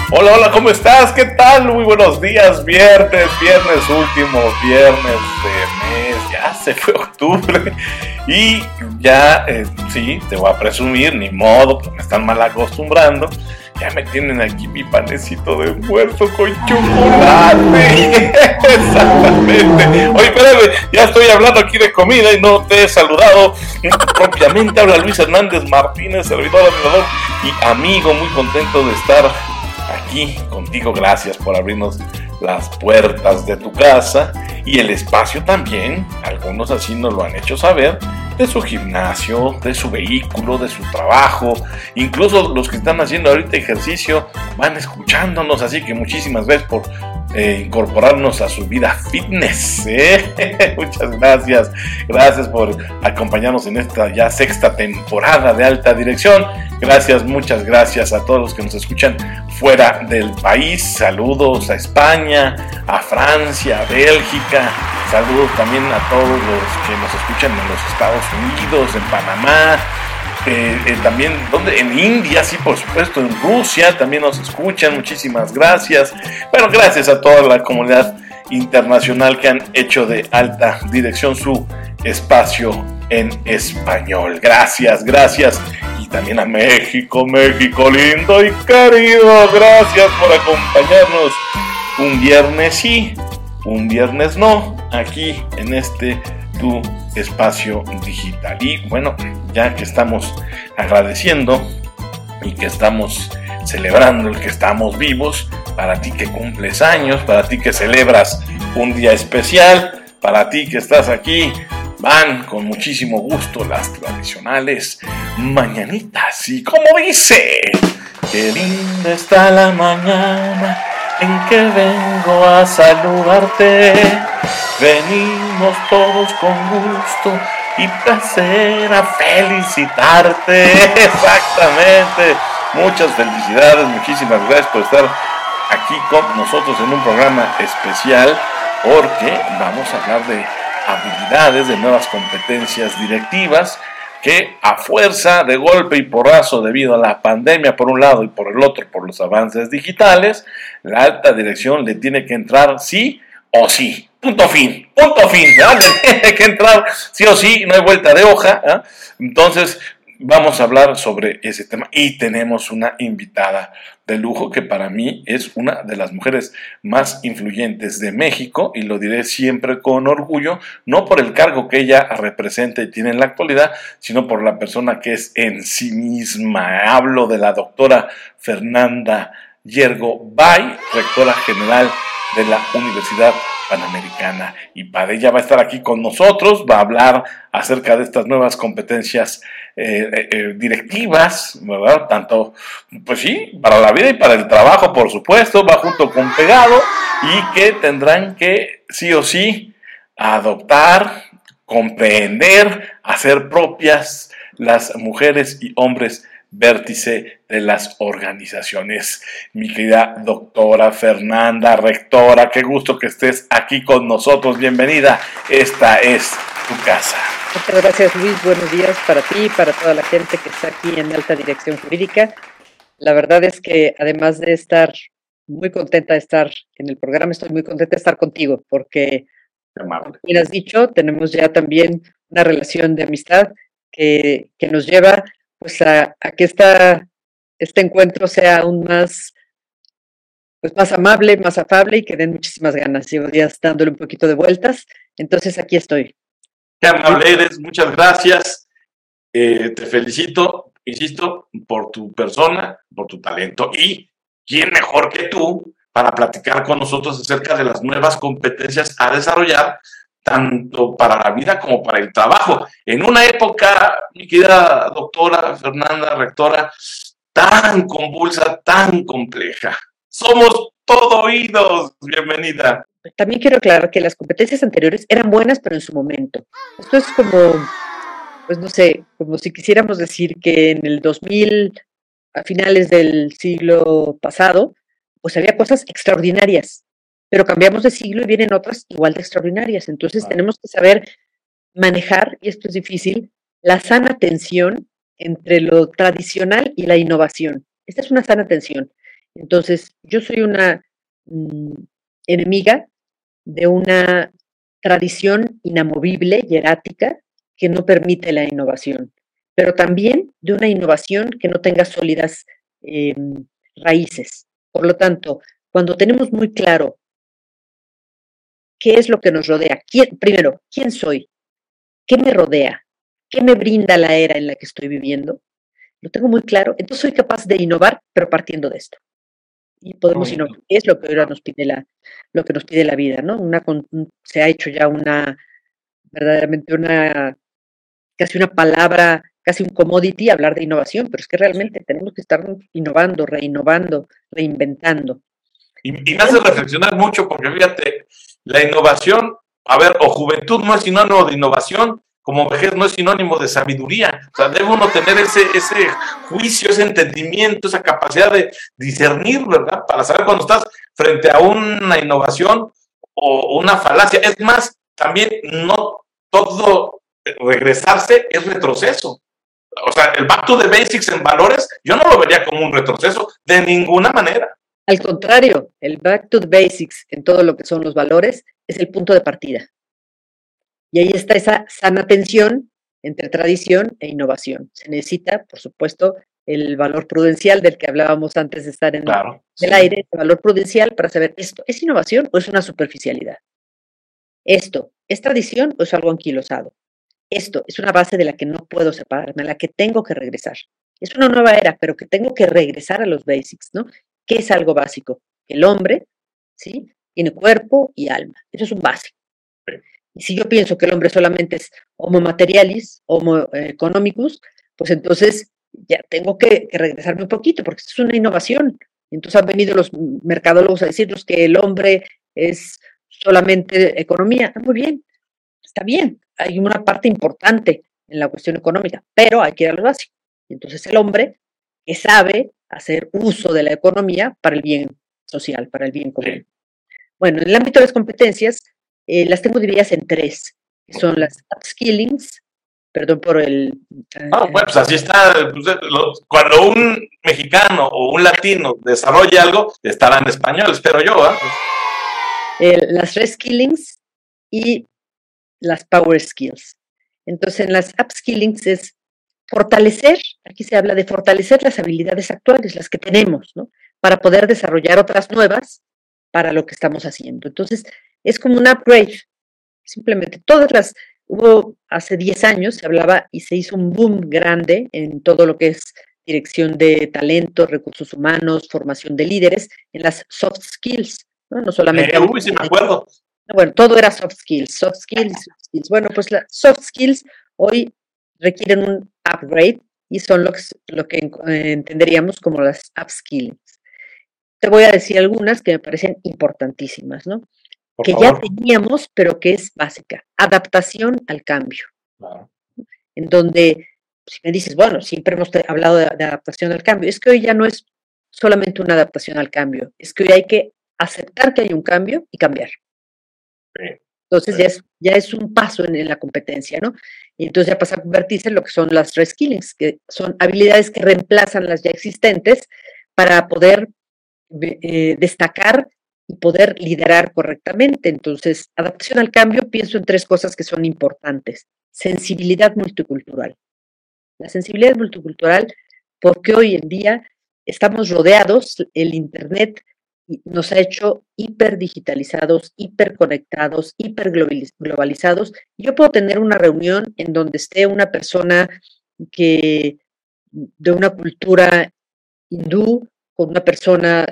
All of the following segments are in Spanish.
Hola, hola, ¿cómo estás? ¿Qué tal? Muy buenos días, viernes, último viernes de mes, ya se fue octubre y ya, sí, te voy a presumir, ni modo, pues me están mal acostumbrando, ya me tienen aquí mi panecito de muerto con chocolate, exactamente. Oye, espérame, ya estoy hablando aquí de comida y no te he saludado propiamente. Habla Luis Hernández Martínez, servidor, admirador y amigo, muy contento de estar aquí contigo. Gracias por abrirnos las puertas de tu casa y el espacio también, algunos así nos lo han hecho saber, de su gimnasio, de su vehículo, de su trabajo, incluso los que están haciendo ahorita ejercicio van escuchándonos, así que muchísimas gracias por incorporarnos a su vida fitness, muchas gracias, gracias por acompañarnos en esta ya sexta temporada de Alta Dirección. Gracias, muchas gracias a todos los que nos escuchan fuera del país. Saludos a España, a Francia, a Bélgica. Saludos también a todos los que nos escuchan en los Estados Unidos, en Panamá. También en India, sí, por supuesto, en Rusia también nos escuchan. Muchísimas gracias. Bueno, gracias a toda la comunidad internacional que han hecho de Alta Dirección su espacio en español. Gracias, gracias. Y también a México, México lindo y querido. Gracias por acompañarnos un viernes sí, un viernes no, aquí en este tu espacio digital. Y bueno, ya que estamos agradeciendo y que estamos celebrando el que estamos vivos, para ti que cumples años, para ti que celebras un día especial, para ti que estás aquí, van con muchísimo gusto las tradicionales mañanitas. Y como dice, qué linda está la mañana en que vengo a saludarte. Venimos todos con gusto y placer a felicitarte. Exactamente. Muchas felicidades, muchísimas gracias por estar aquí con nosotros en un programa especial, porque vamos a hablar de habilidades, de nuevas competencias directivas que a fuerza de golpe y porrazo debido a la pandemia por un lado y por el otro por los avances digitales, la alta dirección le tiene que entrar sí o sí. Punto fin, ¿verdad? Tiene que entrar sí o sí, no hay vuelta de hoja, ¿eh? Entonces vamos a hablar sobre ese tema y tenemos una invitada de lujo que para mí es una de las mujeres más influyentes de México, y lo diré siempre con orgullo, no por el cargo que ella representa y tiene en la actualidad, sino por la persona que es en sí misma. Hablo de la doctora Fernanda Yergo Bay, rectora general de la Universidad Panamericana, y para ella va a estar aquí con nosotros, va a hablar acerca de estas nuevas competencias directivas, ¿verdad? Tanto, pues sí, para la vida y para el trabajo, por supuesto, va junto con pegado, y que tendrán que sí o sí adoptar, comprender, hacer propias las mujeres y hombres vértice de las organizaciones. Mi querida doctora Fernanda, rectora, qué gusto que estés aquí con nosotros, bienvenida, esta es tu casa. Muchas gracias, Luis, buenos días para ti y para toda la gente que está aquí en Alta Dirección Jurídica. La verdad es que además de estar muy contenta de estar en el programa, estoy muy contenta de estar contigo, porque, como bien has dicho, tenemos ya también una relación de amistad que nos lleva pues a que este encuentro sea aún más, pues más amable, más afable, y que den muchísimas ganas. Llevo días dándole un poquito de vueltas, entonces aquí estoy. Qué amable eres, muchas gracias. Te felicito, insisto, por tu persona, por tu talento, y quién mejor que tú para platicar con nosotros acerca de las nuevas competencias a desarrollar tanto para la vida como para el trabajo. En una época, mi querida doctora Fernanda, rectora, tan convulsa, tan compleja. Somos todo oídos. Bienvenida. También quiero aclarar que las competencias anteriores eran buenas, pero en su momento. Esto es como, pues no sé, como si quisiéramos decir que en el 2000, a finales del siglo pasado, pues había cosas extraordinarias, pero cambiamos de siglo y vienen otras igual de extraordinarias. Entonces tenemos que saber manejar, y esto es difícil, la sana tensión entre lo tradicional y la innovación. Esta es una sana tensión. Entonces, yo soy una enemiga de una tradición inamovible, hierática, que no permite la innovación, pero también de una innovación que no tenga sólidas eh, raíces. Por lo tanto, cuando tenemos muy claro qué es lo que nos rodea, primero, quién soy, qué me rodea, qué me brinda la era en la que estoy viviendo, lo tengo muy claro, entonces soy capaz de innovar, pero partiendo de esto. Y podemos innovar, es lo que ahora nos pide lo que nos pide la vida, ¿no? Se ha hecho ya verdaderamente casi una palabra, casi un commodity hablar de innovación, pero es que realmente tenemos que estar innovando, reinnovando, reinventando. Y me hace reflexionar mucho porque fíjate, la innovación, a ver, o juventud no es sinónimo de innovación, como vejez no es sinónimo de sabiduría. O sea, debe uno tener ese juicio, ese entendimiento, esa capacidad de discernir, ¿verdad? Para saber cuando estás frente a una innovación o una falacia. Es más, también no todo regresarse es retroceso. O sea, el back to the basics en valores, yo no lo vería como un retroceso de ninguna manera. Al contrario, el back to the basics en todo lo que son los valores es el punto de partida. Y ahí está esa sana tensión entre tradición e innovación. Se necesita, por supuesto, el valor prudencial del que hablábamos antes de estar en el aire, el valor prudencial para saber, ¿esto es innovación o es una superficialidad? ¿Esto es tradición o es algo anquilosado? Esto es una base de la que no puedo separarme, a la que tengo que regresar. Es una nueva era, pero que tengo que regresar a los basics, ¿no? ¿Qué es algo básico? El hombre, ¿sí? Tiene cuerpo y alma. Eso es un básico. Sí. Y si yo pienso que el hombre solamente es homo materialis, homo economicus, pues entonces ya tengo que regresarme un poquito, porque esto es una innovación. Entonces han venido los mercadólogos a decirnos que el hombre es solamente economía. Muy bien, está bien, hay una parte importante en la cuestión económica, pero hay que ir a lo básico. Entonces el hombre que sabe hacer uso de la economía para el bien social, para el bien común. Bueno, en el ámbito de las competencias, las tengo divididas en tres, que son las upskillings, perdón por el... bueno, pues así está. Cuando un mexicano o un latino desarrolla algo, estará en español, espero yo. Las reskillings y las power skills. Entonces, en las upskillings es fortalecer, aquí se habla de fortalecer las habilidades actuales, las que tenemos, ¿no? Para poder desarrollar otras nuevas para lo que estamos haciendo. Entonces, es como un upgrade. Simplemente hubo hace 10 años, se hablaba y se hizo un boom grande en todo lo que es dirección de talento, recursos humanos, formación de líderes, en las soft skills, ¿no? No solamente... sí me acuerdo. Bueno, todo era soft skills, soft skills, soft skills. Bueno, pues las soft skills hoy requieren un upgrade y son lo que entenderíamos como las upskillings. Te voy a decir algunas que me parecen importantísimas, ¿no? Que ya teníamos, pero que es básica. Adaptación al cambio. Claro. En donde, si me dices, bueno, siempre hemos hablado de adaptación al cambio, es que hoy ya no es solamente una adaptación al cambio, es que hoy hay que aceptar que hay un cambio y cambiar. Entonces ya es un paso en la competencia, ¿no? Y entonces ya pasa a convertirse en lo que son las reskillings, que son habilidades que reemplazan las ya existentes para poder destacar y poder liderar correctamente. Entonces, adaptación al cambio, pienso en tres cosas que son importantes. Sensibilidad multicultural. La sensibilidad multicultural, porque hoy en día estamos rodeados, el Internet nos ha hecho hiperdigitalizados, hiperconectados, hiperglobalizados. Yo puedo tener una reunión en donde esté una persona de una cultura hindú con una persona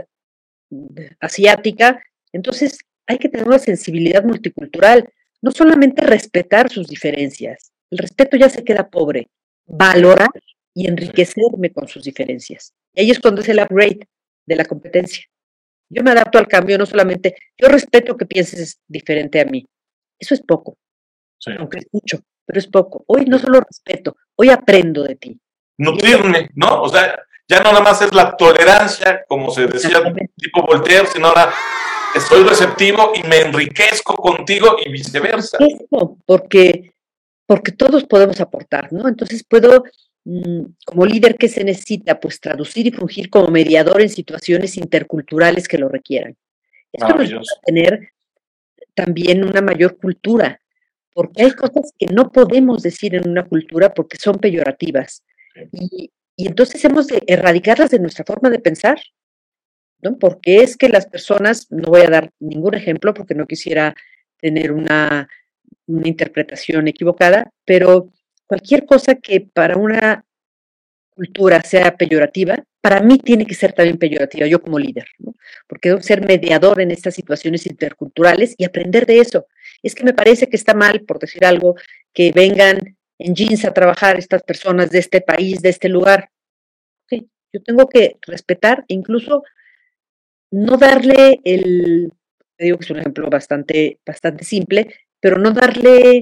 asiática. Entonces hay que tener una sensibilidad multicultural, no solamente respetar sus diferencias. El respeto ya se queda pobre. Valorar y enriquecerme con sus diferencias. Y ahí es cuando es el upgrade de la competencia. Yo me adapto al cambio, no solamente, yo respeto que pienses diferente a mí. Eso es poco, sí. Aunque es mucho, pero es poco. Hoy no solo respeto, hoy aprendo de ti. Nutrirme, ¿no? O sea, ya no nada más es la tolerancia, como se decía, tipo Voltaire, sino ahora estoy receptivo y me enriquezco contigo y viceversa. Eso, porque todos podemos aportar, ¿no? Entonces puedo como líder, ¿qué se necesita? Pues traducir y fungir como mediador en situaciones interculturales que lo requieran. Esto nos lleva a tener también una mayor cultura, porque hay cosas que no podemos decir en una cultura porque son peyorativas. Y entonces hemos de erradicarlas de nuestra forma de pensar, ¿no? Porque es que las personas, no voy a dar ningún ejemplo porque no quisiera tener una interpretación equivocada, pero cualquier cosa que para una cultura sea peyorativa, para mí tiene que ser también peyorativa, yo como líder, ¿no? Porque debo ser mediador en estas situaciones interculturales y aprender de eso. Es que me parece que está mal, por decir algo, que vengan en jeans a trabajar estas personas de este país, de este lugar. Okay. Yo tengo que respetar e incluso no darle te digo que es un ejemplo bastante simple, pero no darle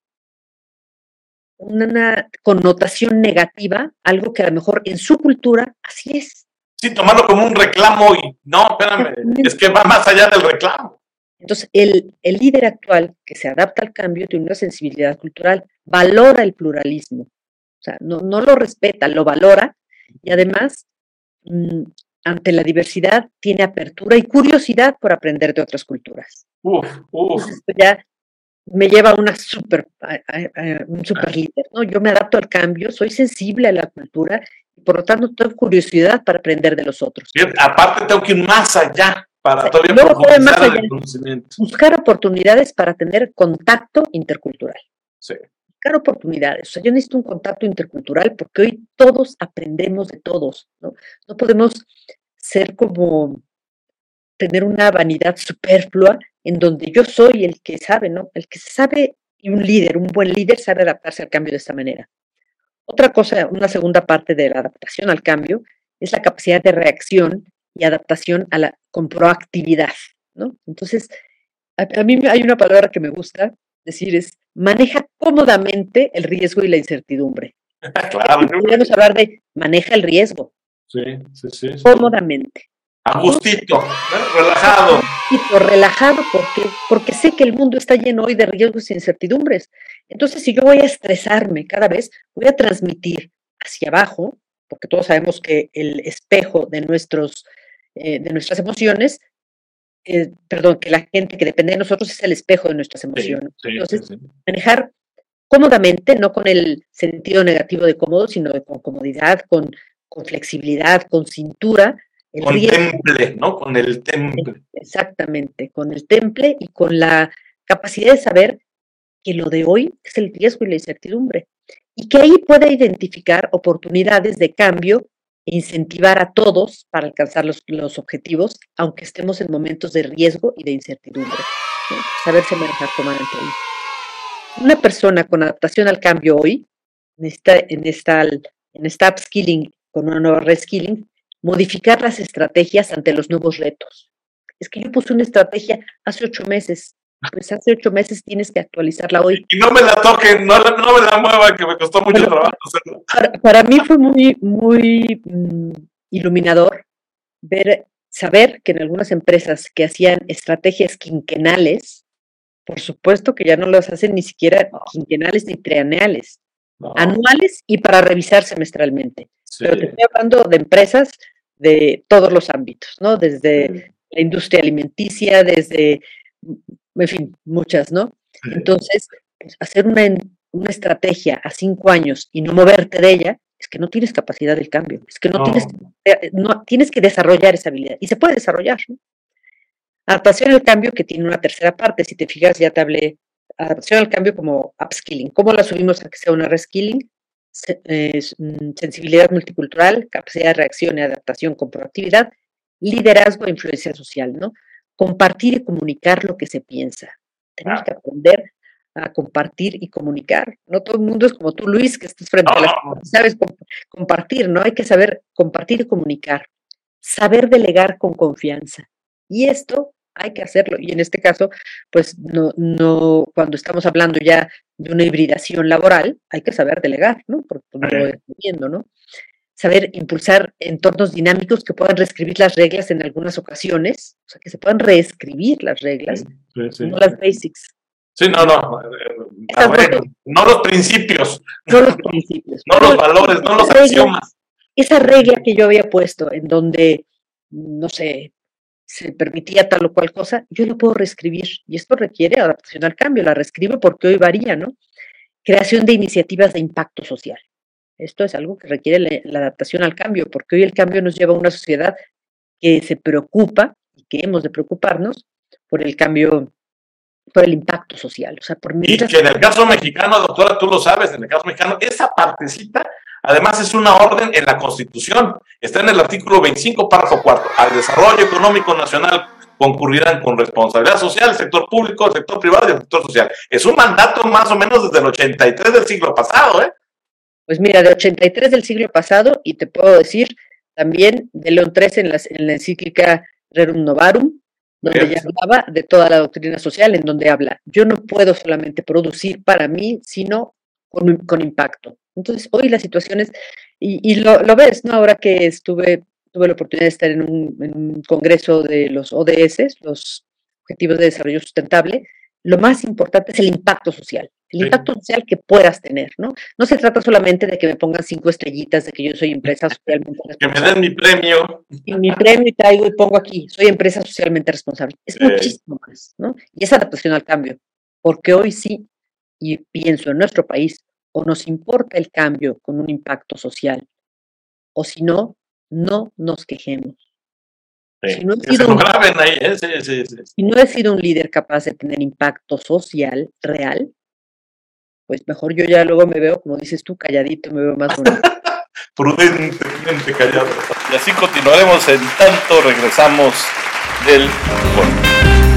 una connotación negativa, algo que a lo mejor en su cultura así es. Sí, tomarlo como un reclamo y no, espérame, es que va más allá del reclamo. Entonces, el líder actual que se adapta al cambio tiene una sensibilidad cultural, valora el pluralismo, o sea, no lo respeta, lo valora y además, ante la diversidad, tiene apertura y curiosidad por aprender de otras culturas. Entonces, esto ya me lleva a un super líder, ¿no? Yo me adapto al cambio, soy sensible a la cultura y por lo tanto tengo curiosidad para aprender de los otros. Bien, aparte tengo que ir más allá para todavía profundizar el conocimiento. Buscar oportunidades para tener contacto intercultural. Sí. Buscar oportunidades. O sea, yo necesito un contacto intercultural porque hoy todos aprendemos de todos, ¿no? No podemos ser como tener una vanidad superflua en donde yo soy el que sabe, ¿no? El que se sabe y un buen líder sabe adaptarse al cambio de esta manera. Otra cosa, una segunda parte de la adaptación al cambio es la capacidad de reacción y adaptación con proactividad, ¿no? Entonces, a mí hay una palabra que me gusta decir es, maneja cómodamente el riesgo y la incertidumbre. Claro. Podríamos hablar de maneja el riesgo. Sí. Cómodamente. A gustito, relajado. Relajado, porque sé que el mundo está lleno hoy de riesgos e incertidumbres. Entonces, si yo voy a estresarme cada vez, voy a transmitir hacia abajo, porque todos sabemos que el espejo de nuestras emociones, que la gente que depende de nosotros es el espejo de nuestras emociones. Sí, entonces, manejar cómodamente, no con el sentido negativo de cómodo, sino con comodidad, con flexibilidad, con cintura. Con temple, ¿no? Con el temple. Exactamente, con el temple y con la capacidad de saber que lo de hoy es el riesgo y la incertidumbre. Y que ahí pueda identificar oportunidades de cambio e incentivar a todos para alcanzar los objetivos, aunque estemos en momentos de riesgo y de incertidumbre, ¿no? Saberse manejar cómodamente ahí. Una persona con adaptación al cambio hoy, en esta upskilling con una nueva reskilling, modificar las estrategias ante los nuevos retos. Es que yo puse una estrategia hace 8 meses, pues hace 8 meses tienes que actualizarla hoy. Y no me la toquen, no me la muevan, que me costó mucho trabajo hacerlo. Para mí fue muy iluminador saber que en algunas empresas que hacían estrategias quinquenales, por supuesto que ya no las hacen ni siquiera quinquenales ni trienales, anuales y para revisar semestralmente. Sí. Pero te estoy hablando de empresas de todos los ámbitos, ¿no? Desde la industria alimenticia, desde, en fin, muchas, ¿no? Sí. Entonces, pues, hacer una estrategia a 5 años y no moverte de ella, es que no tienes capacidad del cambio, es que no tienes que desarrollar esa habilidad, y se puede desarrollar, ¿no? Adaptación al cambio, que tiene una tercera parte, si te fijas, ya te hablé, adaptación al cambio como upskilling. ¿Cómo la subimos a que sea una reskilling? Sensibilidad multicultural, capacidad de reacción y adaptación con proactividad, liderazgo e influencia social, ¿no? Compartir y comunicar lo que se piensa. Tenemos que aprender a compartir y comunicar. No todo el mundo es como tú, Luis, que estás frente a las cosas, sabes compartir, ¿no? Hay que saber compartir y comunicar. Saber delegar con confianza. Y esto hay que hacerlo. Y en este caso, pues no, cuando estamos hablando ya de una hibridación laboral, hay que saber delegar, ¿no? Porque lo estoy viendo, ¿no? Saber impulsar entornos dinámicos que puedan reescribir las reglas en algunas ocasiones, o sea, que se puedan reescribir las reglas, no las basics. Sí, no, no los principios. No los principios. No los valores, no los axiomas. Esa regla que yo había puesto en donde, no sé, se permitía tal o cual cosa, yo la puedo reescribir. Y esto requiere adaptación al cambio. La reescribo porque hoy varía, ¿no? Creación de iniciativas de impacto social. Esto es algo que requiere la adaptación al cambio, porque hoy el cambio nos lleva a una sociedad que se preocupa y que hemos de preocuparnos por el cambio, por el impacto social. O sea, por y que en el caso mexicano, doctora, tú lo sabes, en el caso mexicano, esa partecita, además es una orden en la Constitución. Está en el artículo 25, párrafo 4. Al desarrollo económico nacional concurrirán con responsabilidad social el sector público, el sector privado y el sector social. Es un mandato más o menos desde el 83 del siglo pasado, ¿eh? Pues mira, de 83 del siglo pasado, y te puedo decir también de León XIII en la encíclica Rerum Novarum, donde ya hablaba de toda la doctrina social, en donde habla, yo no puedo solamente producir para mí, sino con impacto. Entonces, hoy la situación es, y lo ves, ¿no? Ahora que tuve la oportunidad de estar en un congreso de los ODS, los Objetivos de Desarrollo Sustentable, lo más importante es el impacto social. El impacto social que puedas tener, ¿no? No se trata solamente de que me pongan 5 estrellitas, de que yo soy empresa socialmente responsable. Que me den mi premio. Y mi premio traigo y pongo aquí, soy empresa socialmente responsable. Es muchísimo más, ¿no? Y es adaptación al cambio. Porque hoy sí, y pienso en nuestro país, o nos importa el cambio con un impacto social, o si no, no nos quejemos. Sí, si no he sido ahí, si no he sido un líder capaz de tener impacto social real, pues mejor yo ya luego me veo, como dices tú, calladito, me veo más bonito. Prudentemente callado. Y así continuaremos en tanto regresamos del corte.